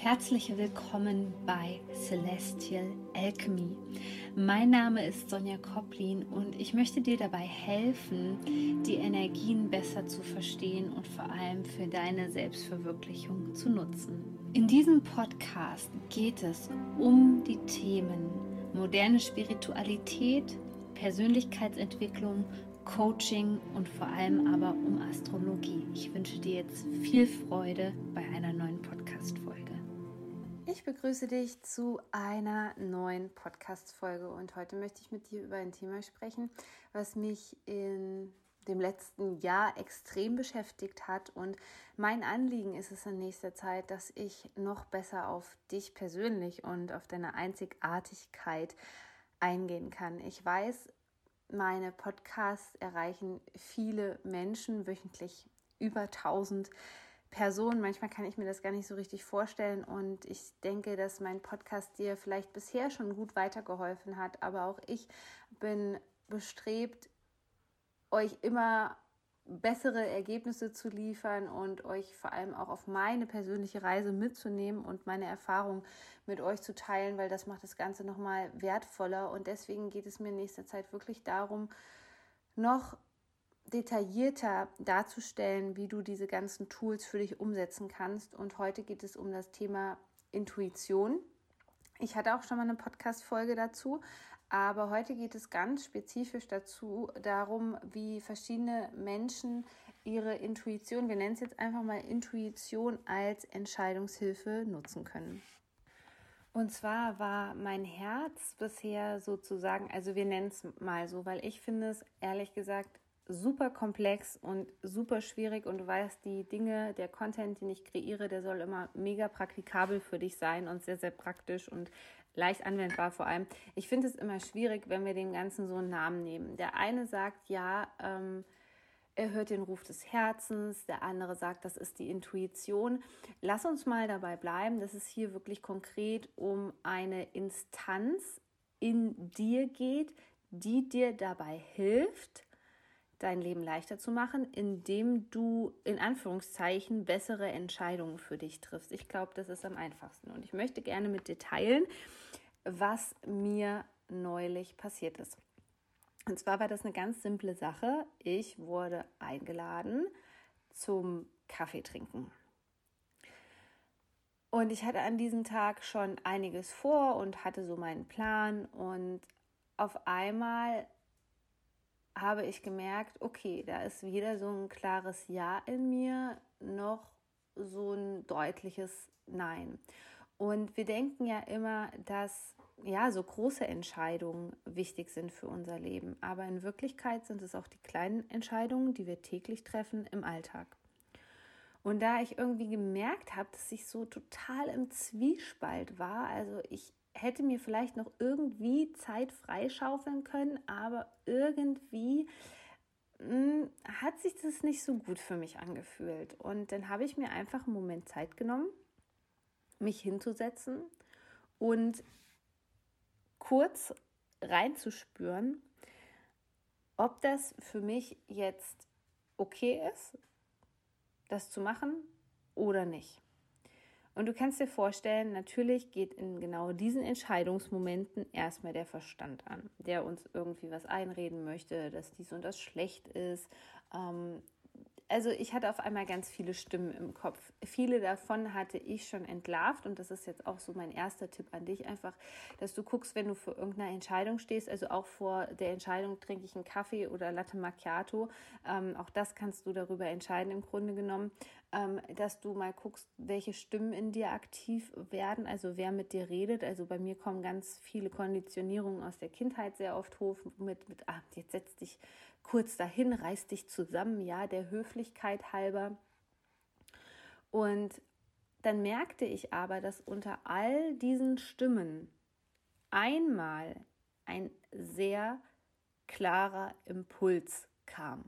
Herzlich willkommen bei Celestial Alchemy. Mein Name ist Sonja Koplin und ich möchte dir dabei helfen, die Energien besser zu verstehen und vor allem für deine Selbstverwirklichung zu nutzen. In diesem Podcast geht es um die Themen moderne Spiritualität, Persönlichkeitsentwicklung, Coaching und vor allem aber um Astrologie. Ich wünsche dir jetzt viel Freude bei einer neuen Podcast-Folge. Ich begrüße dich zu einer neuen Podcast-Folge und heute möchte ich mit dir über ein Thema sprechen, was mich in dem letzten Jahr extrem beschäftigt hat, und mein Anliegen ist es in nächster Zeit, dass ich noch besser auf dich persönlich und auf deine Einzigartigkeit eingehen kann. Ich weiß, meine Podcasts erreichen viele Menschen, wöchentlich über 1000 Personen. Manchmal kann ich mir das gar nicht so richtig vorstellen, und ich denke, dass mein Podcast dir vielleicht bisher schon gut weitergeholfen hat, aber auch ich bin bestrebt, euch immer bessere Ergebnisse zu liefern und euch vor allem auch auf meine persönliche Reise mitzunehmen und meine Erfahrungen mit euch zu teilen, weil das macht das Ganze nochmal wertvoller, und deswegen geht es mir in nächster Zeit wirklich darum, noch detaillierter darzustellen, wie du diese ganzen Tools für dich umsetzen kannst. Und heute geht es um das Thema Intuition. Ich hatte auch schon mal eine Podcast-Folge dazu, aber heute geht es ganz spezifisch darum, wie verschiedene Menschen ihre Intuition, wir nennen es jetzt einfach mal Intuition, als Entscheidungshilfe nutzen können. Und zwar war mein Herz bisher sozusagen, also wir nennen es mal so, weil ich finde es ehrlich gesagt super komplex und super schwierig, und du weißt, die Dinge, der Content, den ich kreiere, der soll immer mega praktikabel für dich sein und sehr, sehr praktisch und leicht anwendbar vor allem. Ich finde es immer schwierig, wenn wir dem Ganzen so einen Namen nehmen. Der eine sagt, ja, er hört den Ruf des Herzens, der andere sagt, das ist die Intuition. Lass uns mal dabei bleiben, dass es hier wirklich konkret um eine Instanz in dir geht, die dir dabei hilft, dein Leben leichter zu machen, indem du in Anführungszeichen bessere Entscheidungen für dich triffst. Ich glaube, das ist am einfachsten, und ich möchte gerne mit dir teilen, was mir neulich passiert ist. Und zwar war das eine ganz simple Sache. Ich wurde eingeladen zum Kaffee trinken. Und ich hatte an diesem Tag schon einiges vor und hatte so meinen Plan, und auf einmal habe ich gemerkt, okay, da ist weder so ein klares Ja in mir, noch so ein deutliches Nein. Und wir denken ja immer, dass so große Entscheidungen wichtig sind für unser Leben. Aber in Wirklichkeit sind es auch die kleinen Entscheidungen, die wir täglich treffen im Alltag. Und da ich irgendwie gemerkt habe, dass ich so total im Zwiespalt war, also ich hätte mir vielleicht noch irgendwie Zeit freischaufeln können, aber irgendwie hat sich das nicht so gut für mich angefühlt. Und dann habe ich mir einfach einen Moment Zeit genommen, mich hinzusetzen und kurz reinzuspüren, ob das für mich jetzt okay ist, das zu machen oder nicht. Und du kannst dir vorstellen, natürlich geht in genau diesen Entscheidungsmomenten erstmal der Verstand an, der uns irgendwie was einreden möchte, dass dies und das schlecht ist. Also ich hatte auf einmal ganz viele Stimmen im Kopf. Viele davon hatte ich schon entlarvt, und das ist jetzt auch so mein erster Tipp an dich, einfach, dass du guckst, wenn du vor irgendeiner Entscheidung stehst, also auch vor der Entscheidung, trinke ich einen Kaffee oder Latte Macchiato, auch das kannst du darüber entscheiden im Grunde genommen, dass du mal guckst, welche Stimmen in dir aktiv werden, also wer mit dir redet. Also bei mir kommen ganz viele Konditionierungen aus der Kindheit sehr oft hoch mit jetzt setz dich kurz dahin, reiß dich zusammen, ja, der Höflichkeit halber. Und dann merkte ich aber, dass unter all diesen Stimmen einmal ein sehr klarer Impuls kam.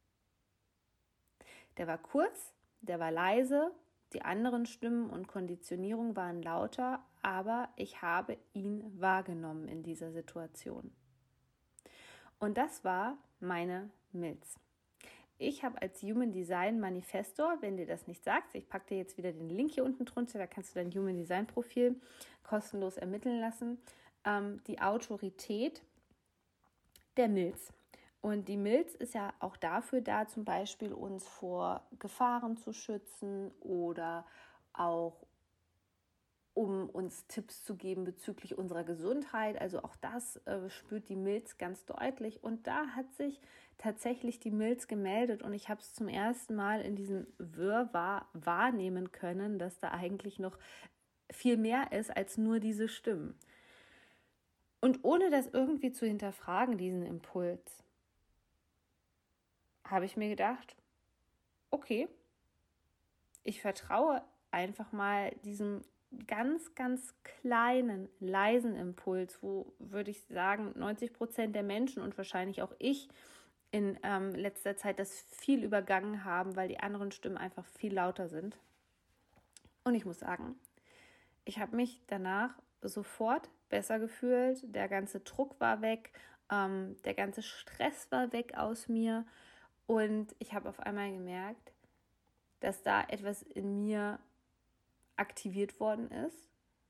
Der war kurz, der war leise, die anderen Stimmen und Konditionierungen waren lauter, aber ich habe ihn wahrgenommen in dieser Situation. Und das war meine Milz. Ich habe als Human Design Manifestor, wenn dir das nicht sagt, ich packe dir jetzt wieder den Link hier unten drunter, da kannst du dein Human Design Profil kostenlos ermitteln lassen, die Autorität der Milz. Und die Milz ist ja auch dafür da, zum Beispiel uns vor Gefahren zu schützen oder auch um uns Tipps zu geben bezüglich unserer Gesundheit. Also auch das spürt die Milz ganz deutlich. Und da hat sich tatsächlich die Milz gemeldet und ich habe es zum ersten Mal in diesem Wirrwarr wahrnehmen können, dass da eigentlich noch viel mehr ist als nur diese Stimmen. Und ohne das irgendwie zu hinterfragen, diesen Impuls, habe ich mir gedacht, okay, ich vertraue einfach mal diesem ganz, ganz kleinen, leisen Impuls, wo, würde ich sagen, 90% der Menschen und wahrscheinlich auch ich in letzter Zeit das viel übergangen haben, weil die anderen Stimmen einfach viel lauter sind. Und ich muss sagen, ich habe mich danach sofort besser gefühlt, der ganze Druck war weg, der ganze Stress war weg aus mir und ich habe auf einmal gemerkt, dass da etwas in mir aktiviert worden ist,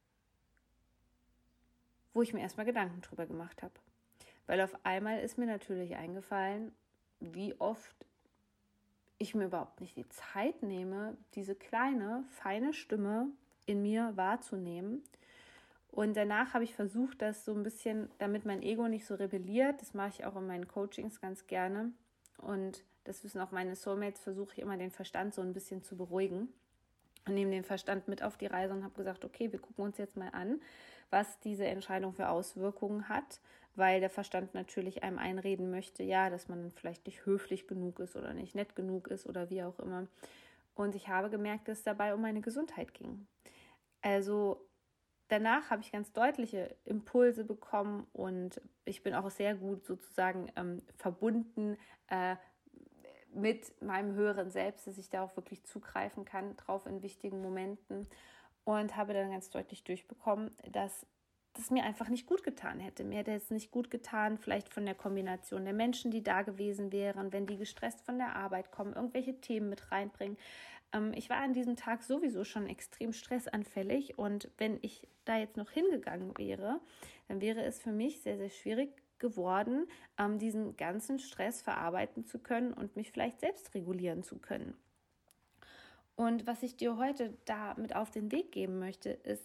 wo ich mir erstmal Gedanken drüber gemacht habe. Weil auf einmal ist mir natürlich eingefallen, wie oft ich mir überhaupt nicht die Zeit nehme, diese kleine, feine Stimme in mir wahrzunehmen. Und danach habe ich versucht, das so ein bisschen, damit mein Ego nicht so rebelliert, das mache ich auch in meinen Coachings ganz gerne. Und das wissen auch meine Soulmates, versuche ich immer den Verstand so ein bisschen zu beruhigen. Und nehme den Verstand mit auf die Reise und habe gesagt, okay, wir gucken uns jetzt mal an, was diese Entscheidung für Auswirkungen hat, weil der Verstand natürlich einem einreden möchte, ja, dass man vielleicht nicht höflich genug ist oder nicht nett genug ist oder wie auch immer. Und ich habe gemerkt, dass es dabei um meine Gesundheit ging. Also danach habe ich ganz deutliche Impulse bekommen und ich bin auch sehr gut sozusagen verbunden mit meinem höheren Selbst, dass ich da auch wirklich zugreifen kann drauf in wichtigen Momenten und habe dann ganz deutlich durchbekommen, dass das mir einfach nicht gut getan hätte. Mir hätte es nicht gut getan, vielleicht von der Kombination der Menschen, die da gewesen wären, wenn die gestresst von der Arbeit kommen, irgendwelche Themen mit reinbringen. Ich war an diesem Tag sowieso schon extrem stressanfällig und wenn ich da jetzt noch hingegangen wäre, dann wäre es für mich sehr, sehr schwierig geworden, diesen ganzen Stress verarbeiten zu können und mich vielleicht selbst regulieren zu können. Und was ich dir heute da mit auf den Weg geben möchte, ist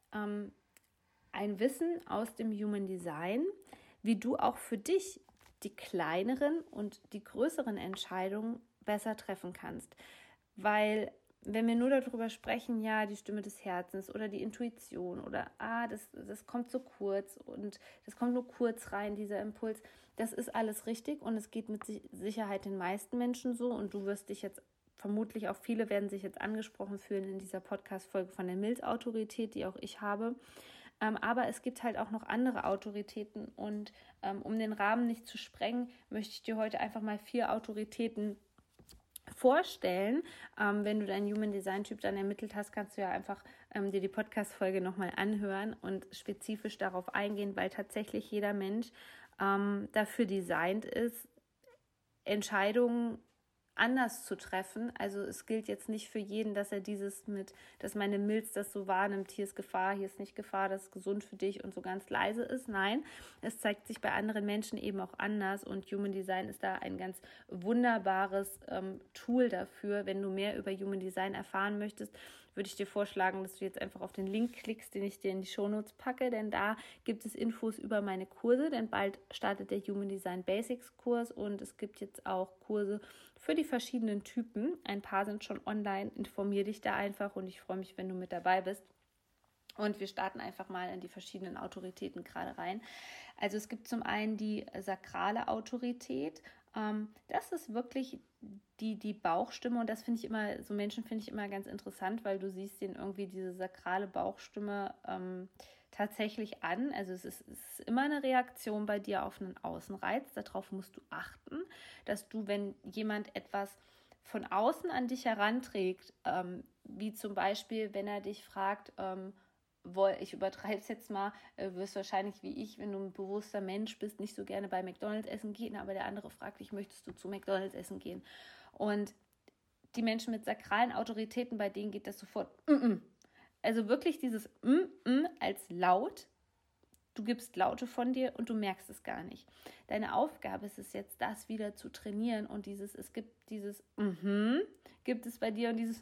ein Wissen aus dem Human Design, wie du auch für dich die kleineren und die größeren Entscheidungen besser treffen kannst. Weil wenn wir nur darüber sprechen, ja, die Stimme des Herzens oder die Intuition oder das kommt so kurz und das kommt nur kurz rein, dieser Impuls, das ist alles richtig und es geht mit Sicherheit den meisten Menschen so und du wirst dich jetzt vermutlich auch viele werden sich jetzt angesprochen fühlen in dieser Podcast-Folge von der Milz-Autorität, die auch ich habe. Aber es gibt halt auch noch andere Autoritäten und um den Rahmen nicht zu sprengen, möchte ich dir heute einfach mal 4 Autoritäten vorstellen. Wenn du deinen Human Design Typ dann ermittelt hast, kannst du ja einfach dir die Podcast-Folge nochmal anhören und spezifisch darauf eingehen, weil tatsächlich jeder Mensch dafür designt ist, Entscheidungen anders zu treffen. Also es gilt jetzt nicht für jeden, dass er dass meine Milz das so wahrnimmt, hier ist Gefahr, hier ist nicht Gefahr, das ist gesund für dich und so ganz leise ist. Nein, es zeigt sich bei anderen Menschen eben auch anders und Human Design ist da ein ganz wunderbares Tool dafür. Wenn du mehr über Human Design erfahren möchtest, würde ich dir vorschlagen, dass du jetzt einfach auf den Link klickst, den ich dir in die Shownotes packe, denn da gibt es Infos über meine Kurse, denn bald startet der Human Design Basics Kurs und es gibt jetzt auch Kurse für die verschiedenen Typen. Ein paar sind schon online, informiere dich da einfach und ich freue mich, wenn du mit dabei bist. Und wir starten einfach mal in die verschiedenen Autoritäten gerade rein. Also es gibt zum einen die sakrale Autorität. Das ist wirklich die Bauchstimme und das finde ich immer, so Menschen finde ich immer ganz interessant, weil du siehst denen irgendwie diese sakrale Bauchstimme tatsächlich an. Also es ist immer eine Reaktion bei dir auf einen Außenreiz. Darauf musst du achten, dass du, wenn jemand etwas von außen an dich heranträgt, wie zum Beispiel, wenn er dich fragt, ich übertreibe es jetzt mal, wirst wahrscheinlich wie ich, wenn du ein bewusster Mensch bist, nicht so gerne bei McDonald's essen gehen, aber der andere fragt dich, möchtest du zu McDonald's essen gehen? Und die Menschen mit sakralen Autoritäten, bei denen geht das sofort. Also wirklich dieses als laut. Du gibst Laute von dir und du merkst es gar nicht. Deine Aufgabe ist es jetzt, das wieder zu trainieren und es gibt dieses gibt es bei dir und dieses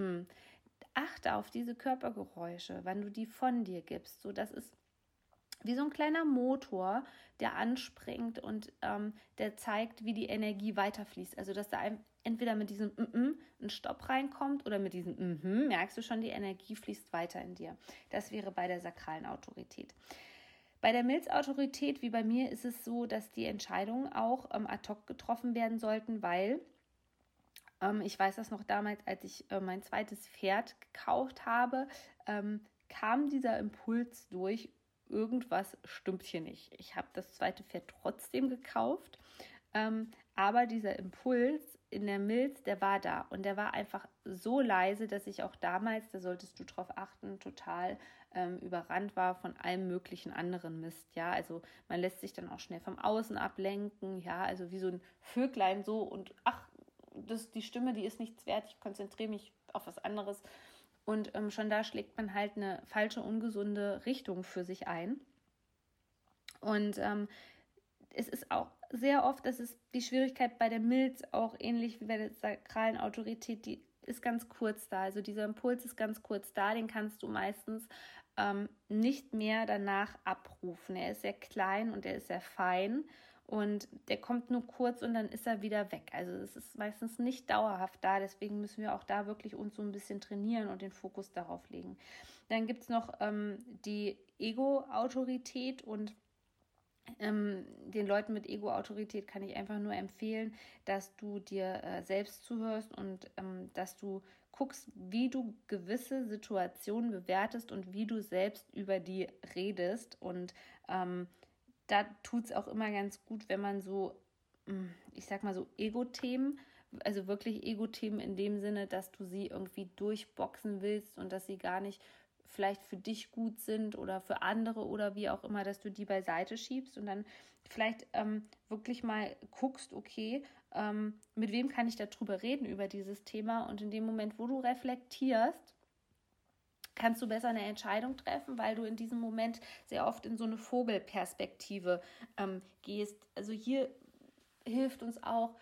Achte auf diese Körpergeräusche, wann du die von dir gibst. So, das ist wie so ein kleiner Motor, der anspringt und der zeigt, wie die Energie weiterfließt. Also, dass da entweder mit diesem ein Stopp reinkommt oder mit diesem merkst du schon, die Energie fließt weiter in dir. Das wäre bei der sakralen Autorität. Bei der Milzautorität, wie bei mir, ist es so, dass die Entscheidungen auch ad hoc getroffen werden sollten, weil ich weiß das noch damals, als ich mein zweites Pferd gekauft habe, kam dieser Impuls durch, irgendwas stimmt hier nicht. Ich habe das zweite Pferd trotzdem gekauft, aber dieser Impuls in der Milz, der war da und der war einfach so leise, dass ich auch damals, da solltest du drauf achten, total überrannt war von allem möglichen anderen Mist. Ja, also man lässt sich dann auch schnell vom Außen ablenken, ja, also wie so ein Vöglein so und die Stimme, die ist nichts wert, ich konzentriere mich auf was anderes. Und schon da schlägt man halt eine falsche, ungesunde Richtung für sich ein. Und es ist auch sehr oft, das ist die Schwierigkeit bei der Milz auch ähnlich wie bei der sakralen Autorität, die ist ganz kurz da. Also dieser Impuls ist ganz kurz da, den kannst du meistens nicht mehr danach abrufen. Er ist sehr klein und er ist sehr fein. Und der kommt nur kurz und dann ist er wieder weg. Also es ist meistens nicht dauerhaft da. Deswegen müssen wir auch da wirklich uns so ein bisschen trainieren und den Fokus darauf legen. Dann gibt es noch die Ego-Autorität und den Leuten mit Ego-Autorität kann ich einfach nur empfehlen, dass du dir selbst zuhörst und dass du guckst, wie du gewisse Situationen bewertest und wie du selbst über die redest. Und da tut es auch immer ganz gut, wenn man so, ich sag mal so Ego-Themen, also wirklich Ego-Themen in dem Sinne, dass du sie irgendwie durchboxen willst und dass sie gar nicht vielleicht für dich gut sind oder für andere oder wie auch immer, dass du die beiseite schiebst und dann vielleicht wirklich mal guckst, okay, mit wem kann ich darüber reden, über dieses Thema, und in dem Moment, wo du reflektierst, kannst du besser eine Entscheidung treffen, weil du in diesem Moment sehr oft in so eine Vogelperspektive gehst. Also hier hilft uns auch,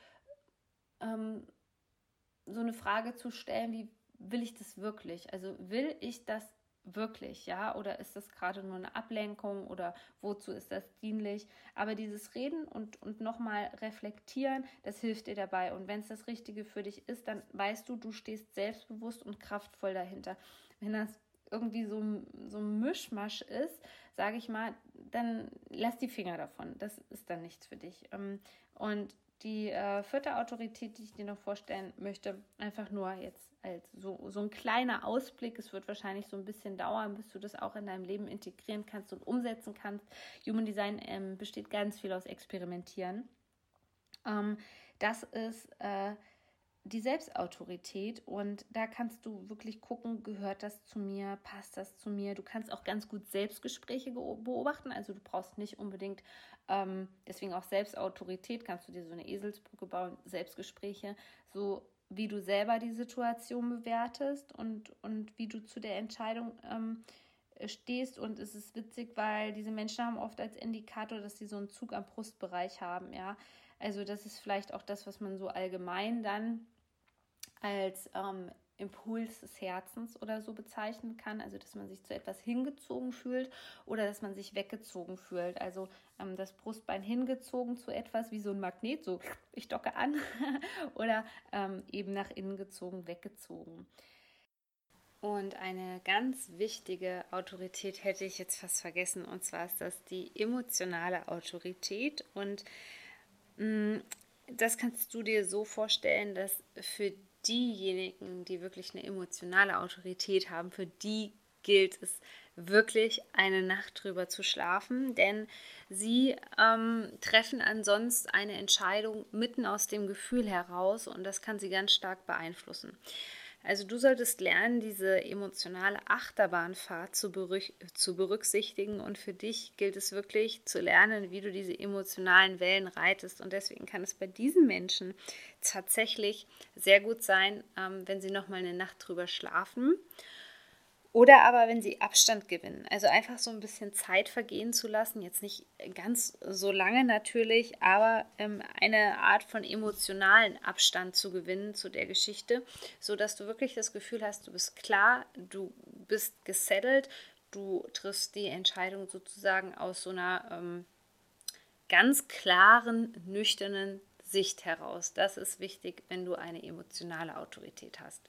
so eine Frage zu stellen, wie will ich das wirklich? Also will ich das wirklich, ja? Oder ist das gerade nur eine Ablenkung oder wozu ist das dienlich? Aber dieses Reden und nochmal reflektieren, das hilft dir dabei. Und wenn es das Richtige für dich ist, dann weißt du, du stehst selbstbewusst und kraftvoll dahinter. Wenn das irgendwie so ein Mischmasch ist, sage ich mal, dann lass die Finger davon. Das ist dann nichts für dich. Und die vierte Autorität, die ich dir noch vorstellen möchte, einfach nur jetzt als so ein kleiner Ausblick. Es wird wahrscheinlich so ein bisschen dauern, bis du das auch in deinem Leben integrieren kannst und umsetzen kannst. Human Design besteht ganz viel aus Experimentieren. Das ist die Selbstautorität, und da kannst du wirklich gucken, gehört das zu mir, passt das zu mir. Du kannst auch ganz gut Selbstgespräche beobachten, also du brauchst nicht unbedingt, deswegen auch Selbstautorität, kannst du dir so eine Eselsbrücke bauen, Selbstgespräche, so wie du selber die Situation bewertest und wie du zu der Entscheidung stehst. Und es ist witzig, weil diese Menschen haben oft als Indikator, dass sie so einen Zug am Brustbereich haben, ja. Also das ist vielleicht auch das, was man so allgemein dann als Impuls des Herzens oder so bezeichnen kann, also dass man sich zu etwas hingezogen fühlt oder dass man sich weggezogen fühlt, also das Brustbein hingezogen zu etwas wie so ein Magnet, so ich docke an oder eben nach innen gezogen, weggezogen. Und eine ganz wichtige Autorität hätte ich jetzt fast vergessen, und zwar ist das die emotionale Autorität. Und das kannst du dir so vorstellen, dass für diejenigen, die wirklich eine emotionale Autorität haben, für die gilt es wirklich, eine Nacht drüber zu schlafen, denn sie treffen ansonsten eine Entscheidung mitten aus dem Gefühl heraus und das kann sie ganz stark beeinflussen. Also du solltest lernen, diese emotionale Achterbahnfahrt zu berücksichtigen, und für dich gilt es wirklich zu lernen, wie du diese emotionalen Wellen reitest, und deswegen kann es bei diesen Menschen tatsächlich sehr gut sein, wenn sie nochmal eine Nacht drüber schlafen. Oder aber, wenn sie Abstand gewinnen. Also einfach so ein bisschen Zeit vergehen zu lassen. Jetzt nicht ganz so lange natürlich, aber eine Art von emotionalen Abstand zu gewinnen zu der Geschichte, sodass du wirklich das Gefühl hast, du bist klar, du bist gesettelt, du triffst die Entscheidung sozusagen aus so einer ganz klaren, nüchternen Sicht heraus. Das ist wichtig, wenn du eine emotionale Autorität hast.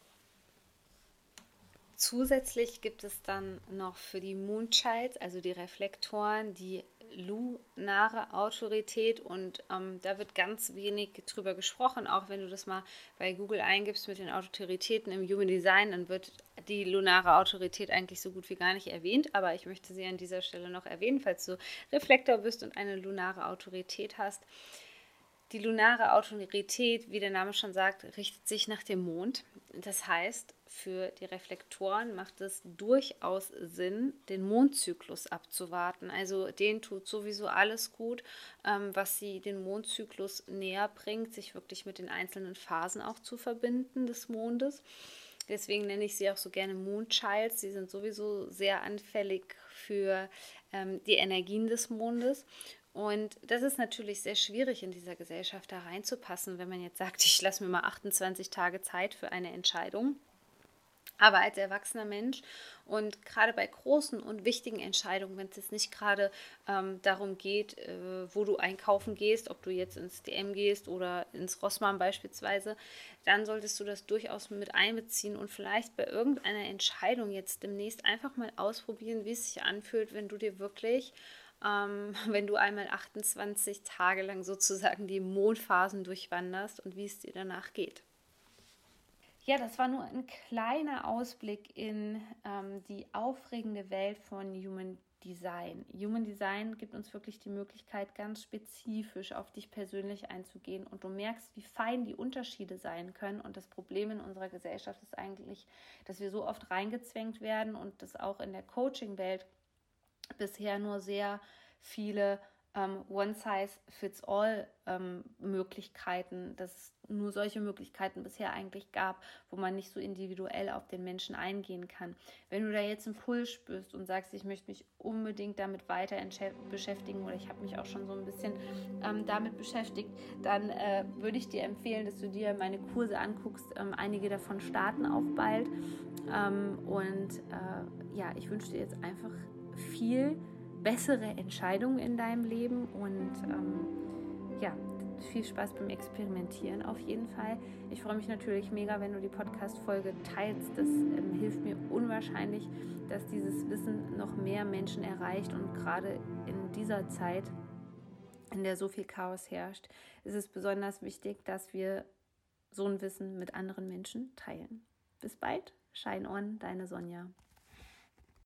Zusätzlich gibt es dann noch für die Moonchilds, also die Reflektoren, die lunare Autorität, und da wird ganz wenig drüber gesprochen. Auch wenn du das mal bei Google eingibst mit den Autoritäten im Human Design, dann wird die lunare Autorität eigentlich so gut wie gar nicht erwähnt, aber ich möchte sie an dieser Stelle noch erwähnen, falls du Reflektor bist und eine lunare Autorität hast. Die lunare Autorität, wie der Name schon sagt, richtet sich nach dem Mond. Das heißt, für die Reflektoren macht es durchaus Sinn, den Mondzyklus abzuwarten. Also denen tut sowieso alles gut, was sie den Mondzyklus näher bringt, sich wirklich mit den einzelnen Phasen auch zu verbinden des Mondes. Deswegen nenne ich sie auch so gerne Moonchilds. Sie sind sowieso sehr anfällig für die Energien des Mondes. Und das ist natürlich sehr schwierig, in dieser Gesellschaft da reinzupassen, wenn man jetzt sagt, ich lasse mir mal 28 Tage Zeit für eine Entscheidung. Aber als erwachsener Mensch und gerade bei großen und wichtigen Entscheidungen, wenn es jetzt nicht gerade darum geht, wo du einkaufen gehst, ob du jetzt ins DM gehst oder ins Rossmann beispielsweise, dann solltest du das durchaus mit einbeziehen und vielleicht bei irgendeiner Entscheidung jetzt demnächst einfach mal ausprobieren, wie es sich anfühlt, wenn du dir wirklich wenn du einmal 28 Tage lang sozusagen die Mondphasen durchwanderst und wie es dir danach geht. Ja, das war nur ein kleiner Ausblick in die aufregende Welt von Human Design. Human Design gibt uns wirklich die Möglichkeit, ganz spezifisch auf dich persönlich einzugehen, und du merkst, wie fein die Unterschiede sein können. Und das Problem in unserer Gesellschaft ist eigentlich, dass wir so oft reingezwängt werden und das auch in der Coaching-Welt bisher nur sehr viele One-Size-Fits-All Möglichkeiten, dass es nur solche Möglichkeiten bisher eigentlich gab, wo man nicht so individuell auf den Menschen eingehen kann. Wenn du da jetzt einen Pull spürst und sagst, ich möchte mich unbedingt damit weiter beschäftigen, oder ich habe mich auch schon so ein bisschen damit beschäftigt, dann würde ich dir empfehlen, dass du dir meine Kurse anguckst. Einige davon starten auch bald. Ja, ich wünsche dir jetzt einfach viel bessere Entscheidungen in deinem Leben und ja, viel Spaß beim Experimentieren auf jeden Fall. Ich freue mich natürlich mega, wenn du die Podcast-Folge teilst. Das hilft mir unwahrscheinlich, dass dieses Wissen noch mehr Menschen erreicht, und gerade in dieser Zeit, in der so viel Chaos herrscht, ist es besonders wichtig, dass wir so ein Wissen mit anderen Menschen teilen. Bis bald, Shine On, deine Sonja.